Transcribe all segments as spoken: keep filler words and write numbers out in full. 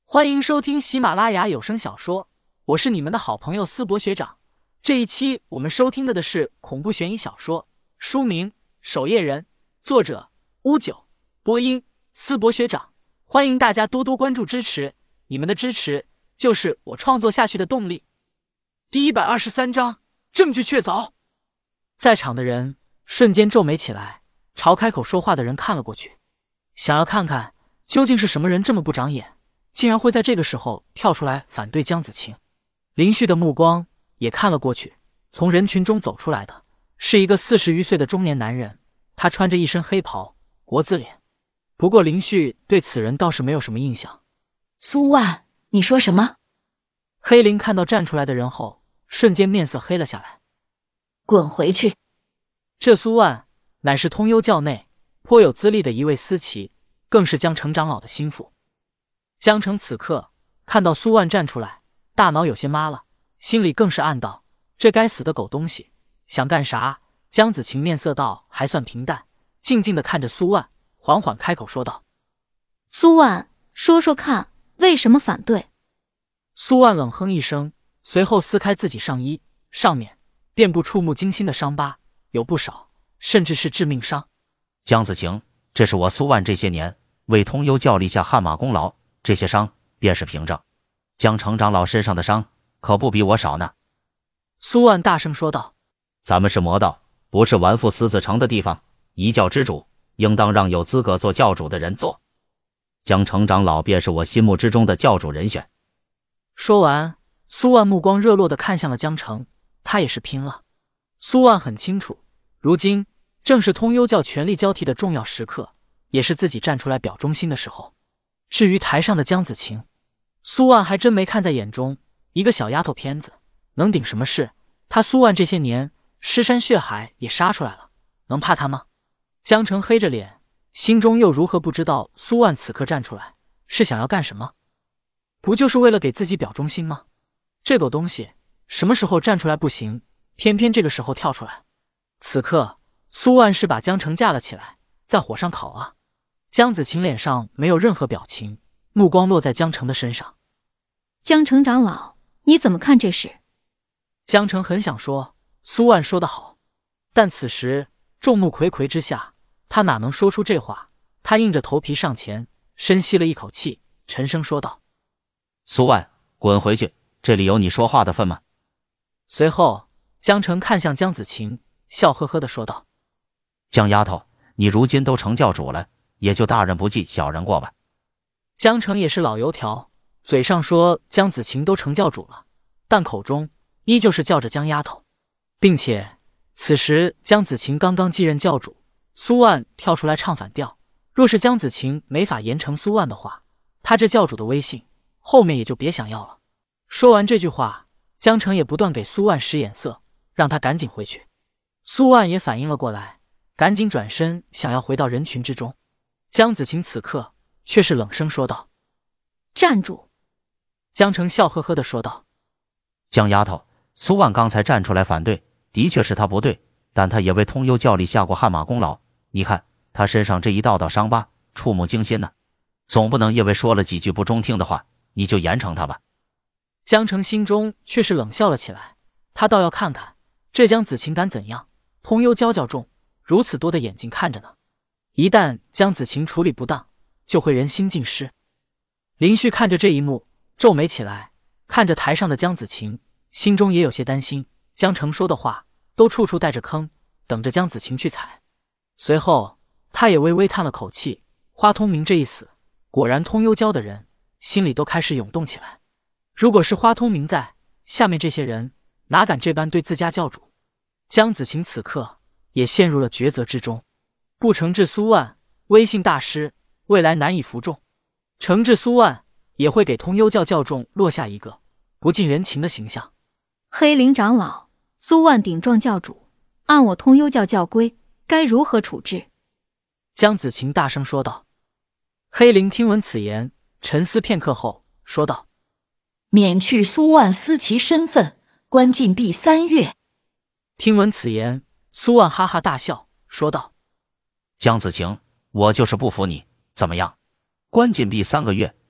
欢迎收听喜马拉雅有声小说，我是你们的好朋友思博学长。这一期我们收听的的是恐怖悬疑小说，书名《守夜人》，作者乌九，播音思博学长。欢迎大家多多关注支持，你们的支持就是我创作下去的动力。第一百二十三章，证据确凿。在场的人瞬间皱眉起来，朝开口说话的人看了过去，想要看看究竟是什么人这么不长眼，竟然会在这个时候跳出来反对江子晴。林旭的目光也看了过去，从人群中走出来的是一个四十余岁的中年男人，他穿着一身黑袍，国字脸。不过林旭对此人倒是没有什么印象。 苏万，你说什么？ 黑林看到站出来的人后，瞬间面色黑了下来。 滚回去！ 这苏万乃是通幽教内颇有资历的一位司棋，更是江城长老的心腹。江城此刻看到苏万站出来，大脑有些麻了，心里更是暗道：这该死的狗东西想干啥？江子晴面色倒还算平淡，静静地看着苏万，缓缓开口说道： 苏万，说说看，为什么反对？ 苏万冷哼一声，随后撕开自己上衣，上面遍布触目惊心的伤疤，有不少甚至是致命伤。 江子晴，这是我苏万这些年为通幽教立下汗马功劳，这些伤便是凭证。江城长老身上的伤可不比我少呢。 苏万大声说道： 咱们是魔道，不是纨绔死子成的地方，一教之主应当让有资格做教主的人做。江城长老便是我心目之中的教主人选。 说完，苏万目光热络地看向了江城，他也是拼了。苏万很清楚，如今正是通幽教权力交替的重要时刻，也是自己站出来表忠心的时候。至于台上的江子晴，苏万还真没看在眼中，一个小丫头片子能顶什么事？他苏万这些年尸山血海也杀出来了，能怕他吗？江城黑着脸，心中又如何不知道苏万此刻站出来是想要干什么？不就是为了给自己表忠心吗？这狗东西什么时候站出来不行，偏偏这个时候跳出来。此刻苏万是把江城架了起来，在火上烤啊。江子晴脸上没有任何表情，目光落在江城的身上。 江城长老，你怎么看这事？ 江城很想说苏万说得好，但此时众目睽睽之下，他哪能说出这话？他硬着头皮上前，深吸了一口气，沉声说道： 苏万，滚回去，这里有你说话的份吗？ 随后江城看向江子晴，笑呵呵地说道： 江丫头，你如今都成教主了，也就大人不计小人过吧。 江城也是老油条，嘴上说江子晴都成教主了，但口中依旧是叫着江丫头，并且此时江子晴刚刚继任教主，苏万跳出来唱反调，若是江子晴没法严惩苏万的话，他这教主的威信后面也就别想要了。说完这句话，江城也不断给苏万使眼色，让他赶紧回去。苏万也反应了过来，赶紧转身想要回到人群之中。江子晴此刻却是冷声说道： 站住！ 江城笑呵呵地说道： 江丫头，苏万刚才站出来反对，的确是他不对，但他也为通幽教立下过汗马功劳，你看他身上这一道道伤疤，触目惊心呢，总不能因为说了几句不中听的话你就严惩他吧。 江城心中却是冷笑了起来，他倒要看看这江子晴敢怎样。通幽教教众如此多的眼睛看着呢，一旦江子晴处理不当，就会人心尽失。林旭看着这一幕，皱眉起来，看着台上的江子晴，心中也有些担心。江城说的话都处处带着坑，等着江子晴去踩。随后他也微微叹了口气，花通明这一死，果然通幽教的人心里都开始涌动起来。如果是花通明在，下面这些人哪敢这般对自家教主？江子晴此刻也陷入了抉择之中，不惩治苏万，威信大失，未来难以服众；惩治苏万，也会给通幽教教众落下一个不近人情的形象。 黑林长老，苏万顶撞教主，按我通幽教教规，该如何处置？ 江子晴大声说道。黑林听闻此言，沉思片刻后说道： 免去苏万司棋身份，关禁闭三月。 听闻此言，苏万哈哈大笑，说道： 江子晴，我就是不服你，怎么样？关禁闭三个月，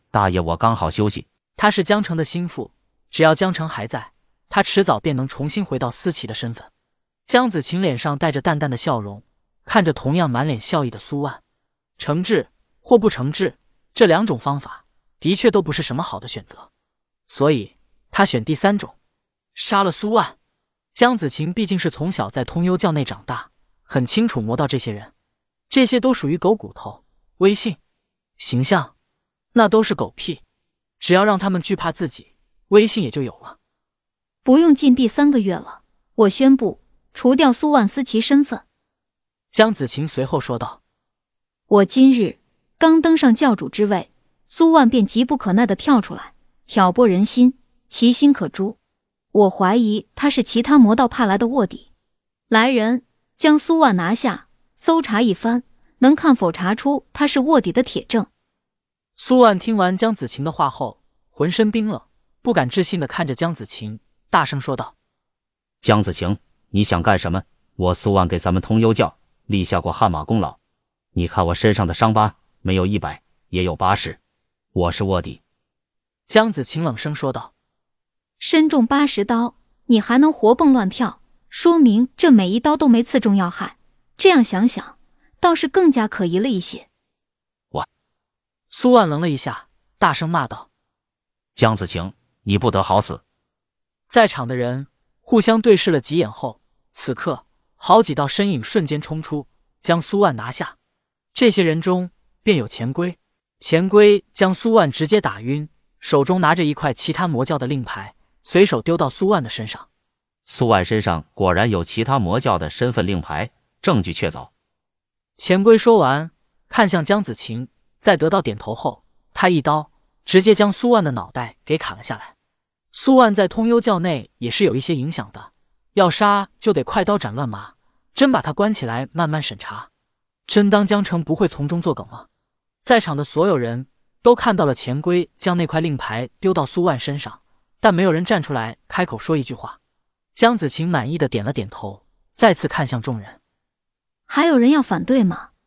大爷我刚好休息。 她是江城的心腹，只要江城还在，她迟早便能重新回到思琪的身份。江子晴脸上带着淡淡的笑容，看着同样满脸笑意的苏万。惩治或不惩治，这两种方法的确都不是什么好的选择，所以他选第三种，杀了苏万。江子晴毕竟是从小在通幽教内长大，很清楚魔道这些人，这些都属于狗骨头、威信、形象，那都是狗屁，只要让他们惧怕自己，威信也就有了。 不用禁闭三个月了，我宣布除掉苏万思琪身份。 江子晴随后说道。 我今日刚登上教主之位，苏万便急不可耐地跳出来，挑拨人心，其心可诛。我怀疑他是其他魔道派来的卧底。来人，将苏万拿下，搜查一番，能看否查出他是卧底的铁证。 苏万听完江子晴的话后，浑身冰冷，不敢置信地看着江子晴，大声说道： 江子晴，你想干什么？我苏万给咱们通幽教立下过汗马功劳，你看我身上的伤疤，没有一百也有八十，我是卧底。 江子晴冷声说道。 身中八十刀，你还能活蹦乱跳，说明这每一刀都没刺中要害。这样想想，倒是更加可疑了一些。 我苏万愣了一下，大声骂道： 江子晴，你不得好死！ 在场的人互相对视了几眼后，此刻好几道身影瞬间冲出，将苏万拿下。这些人中便有钱龟，钱龟将苏万直接打晕，手中拿着一块其他魔教的令牌，随手丢到苏万的身上。 苏万身上果然有其他魔教的身份令牌，证据确凿。 钱龟说完，看向江子晴，在得到点头后，他一刀直接将苏万的脑袋给砍了下来。苏万在通幽教内也是有一些影响的，要杀就得快刀斩乱麻，真把他关起来慢慢审查，真当江城不会从中作梗吗？在场的所有人都看到了钱龟将那块令牌丢到苏万身上，但没有人站出来开口说一句话。江子晴满意的点了点头，再次看向众人。 还有人要反对吗？